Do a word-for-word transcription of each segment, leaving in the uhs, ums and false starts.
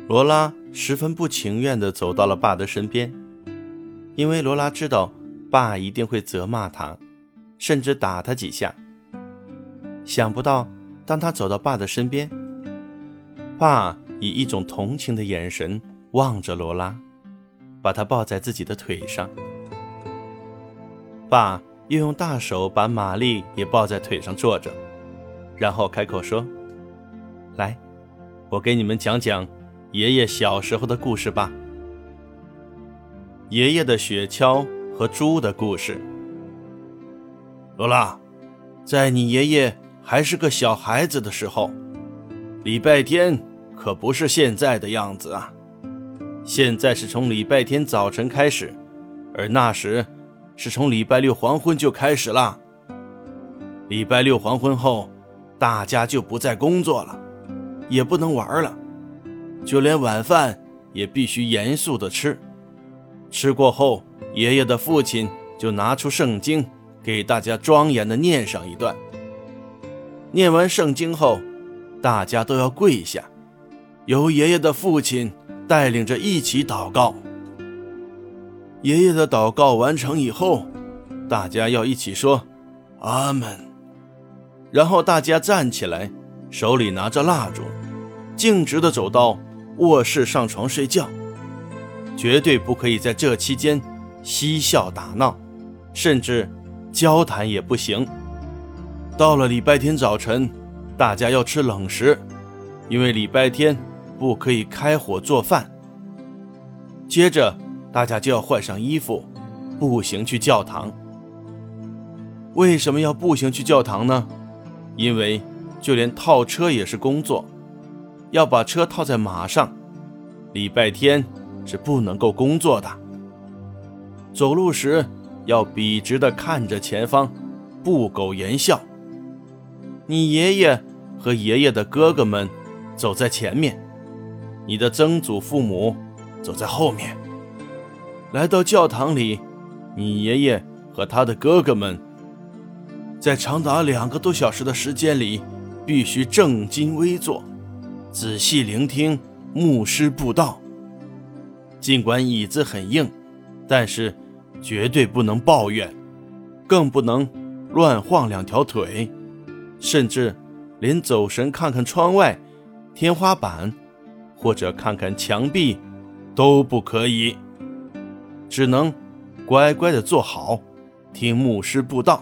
罗拉十分不情愿地走到了爸的身边，因为罗拉知道爸一定会责骂他，甚至打他几下。想不到当他走到爸的身边，爸以一种同情的眼神望着罗拉，把他抱在自己的腿上。爸又用大手把玛丽也抱在腿上坐着，然后开口说：来，我给你们讲讲爷爷小时候的故事吧。爷爷的雪橇和猪的故事。罗拉，在你爷爷还是个小孩子的时候，礼拜天可不是现在的样子啊。现在是从礼拜天早晨开始，而那时是从礼拜六黄昏就开始了。礼拜六黄昏后，大家就不再工作了，也不能玩了，就连晚饭也必须严肃地吃。吃过后，爷爷的父亲就拿出圣经，给大家庄严地念上一段。念完圣经后，大家都要跪下，由爷爷的父亲带领着一起祷告。爷爷的祷告完成以后，大家要一起说阿们，然后大家站起来，手里拿着蜡烛，径直地走到卧室上床睡觉，绝对不可以在这期间嬉笑打闹，甚至交谈也不行。到了礼拜天早晨，大家要吃冷食，因为礼拜天不可以开火做饭。接着大家就要换上衣服，步行去教堂。为什么要步行去教堂呢？因为就连套车也是工作，要把车套在马上，礼拜天是不能够工作的。走路时要笔直地看着前方，不苟言笑。你爷爷和爷爷的哥哥们走在前面，你的曾祖父母走在后面。来到教堂里，你爷爷和他的哥哥们在长达两个多小时的时间里必须正襟危坐，仔细聆听牧师布道。尽管椅子很硬，但是绝对不能抱怨，更不能乱晃两条腿，甚至连走神看看窗外、天花板或者看看墙壁都不可以，只能乖乖地坐好，听牧师布道。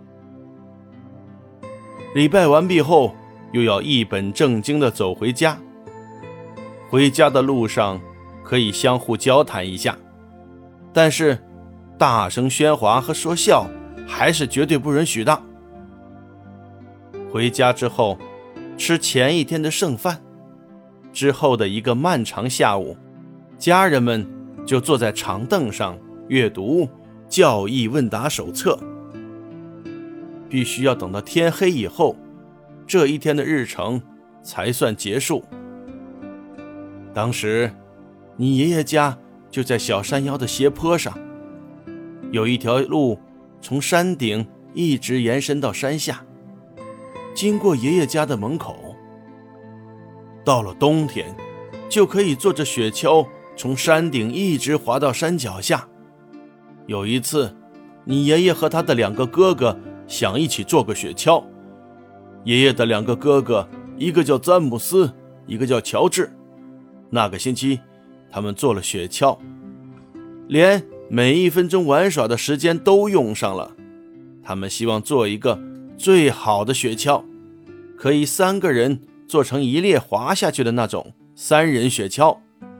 礼拜完毕后，又要一本正经地走回家。回家的路上可以相互交谈一下，但是大声喧哗和说笑还是绝对不允许的。回家之后，吃前一天的剩饭，之后的一个漫长下午，家人们就坐在长凳上阅读教义问答手册。必须要等到天黑以后，这一天的日程才算结束。当时你爷爷家就在小山腰的斜坡上，有一条路从山顶一直延伸到山下，经过爷爷家的门口。到了冬天，就可以坐着雪橇从山顶一直滑到山脚下。有一次，你爷爷和他的两个哥哥想一起坐个雪橇。爷爷的两个哥哥，一个叫詹姆斯，一个叫乔治。那个星期他们坐了雪橇，连每一分钟玩耍的时间都用上了。他们希望做一个最好的雪橇，可以三个人做成一列滑下去的那种三人雪橇。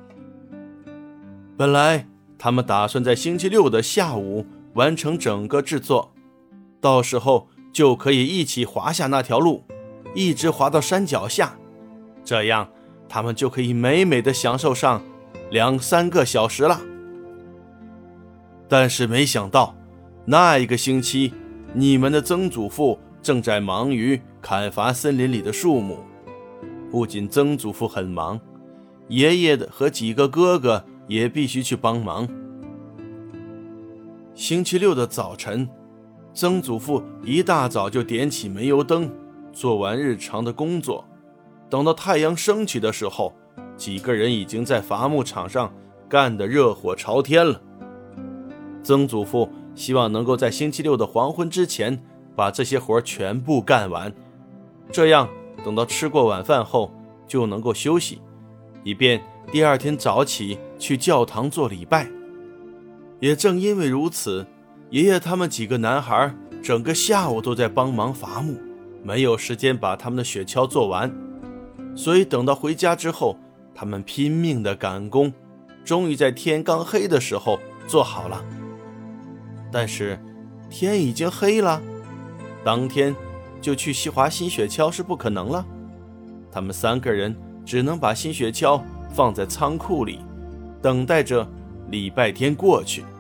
本来他们打算在星期六的下午完成整个制作，到时候就可以一起滑下那条路，一直滑到山脚下，这样他们就可以美美地享受上两三个小时了。但是没想到，那一个星期，你们的曾祖父正在忙于砍伐森林里的树木。不仅曾祖父很忙，爷爷的和几个哥哥也必须去帮忙。星期六的早晨，曾祖父一大早就点起煤油灯，做完日常的工作。等到太阳升起的时候， 几个人已经在伐木场上干得热火朝天了。曾祖父希望能够在星期六的黄昏之前把这些活全部干完，这样等到吃过晚饭后就能够休息，以便第二天早起去教堂做礼拜。也正因为如此，爷爷他们几个男孩整个下午都在帮忙伐木，没有时间把他们的雪橇做完，所以等到回家之后，他们拼命地赶工，终于在天刚黑的时候做好了。但是天已经黑了，当天就去西华新雪橇是不可能了。他们三个人只能把新雪橇放在仓库里，等待着礼拜天过去。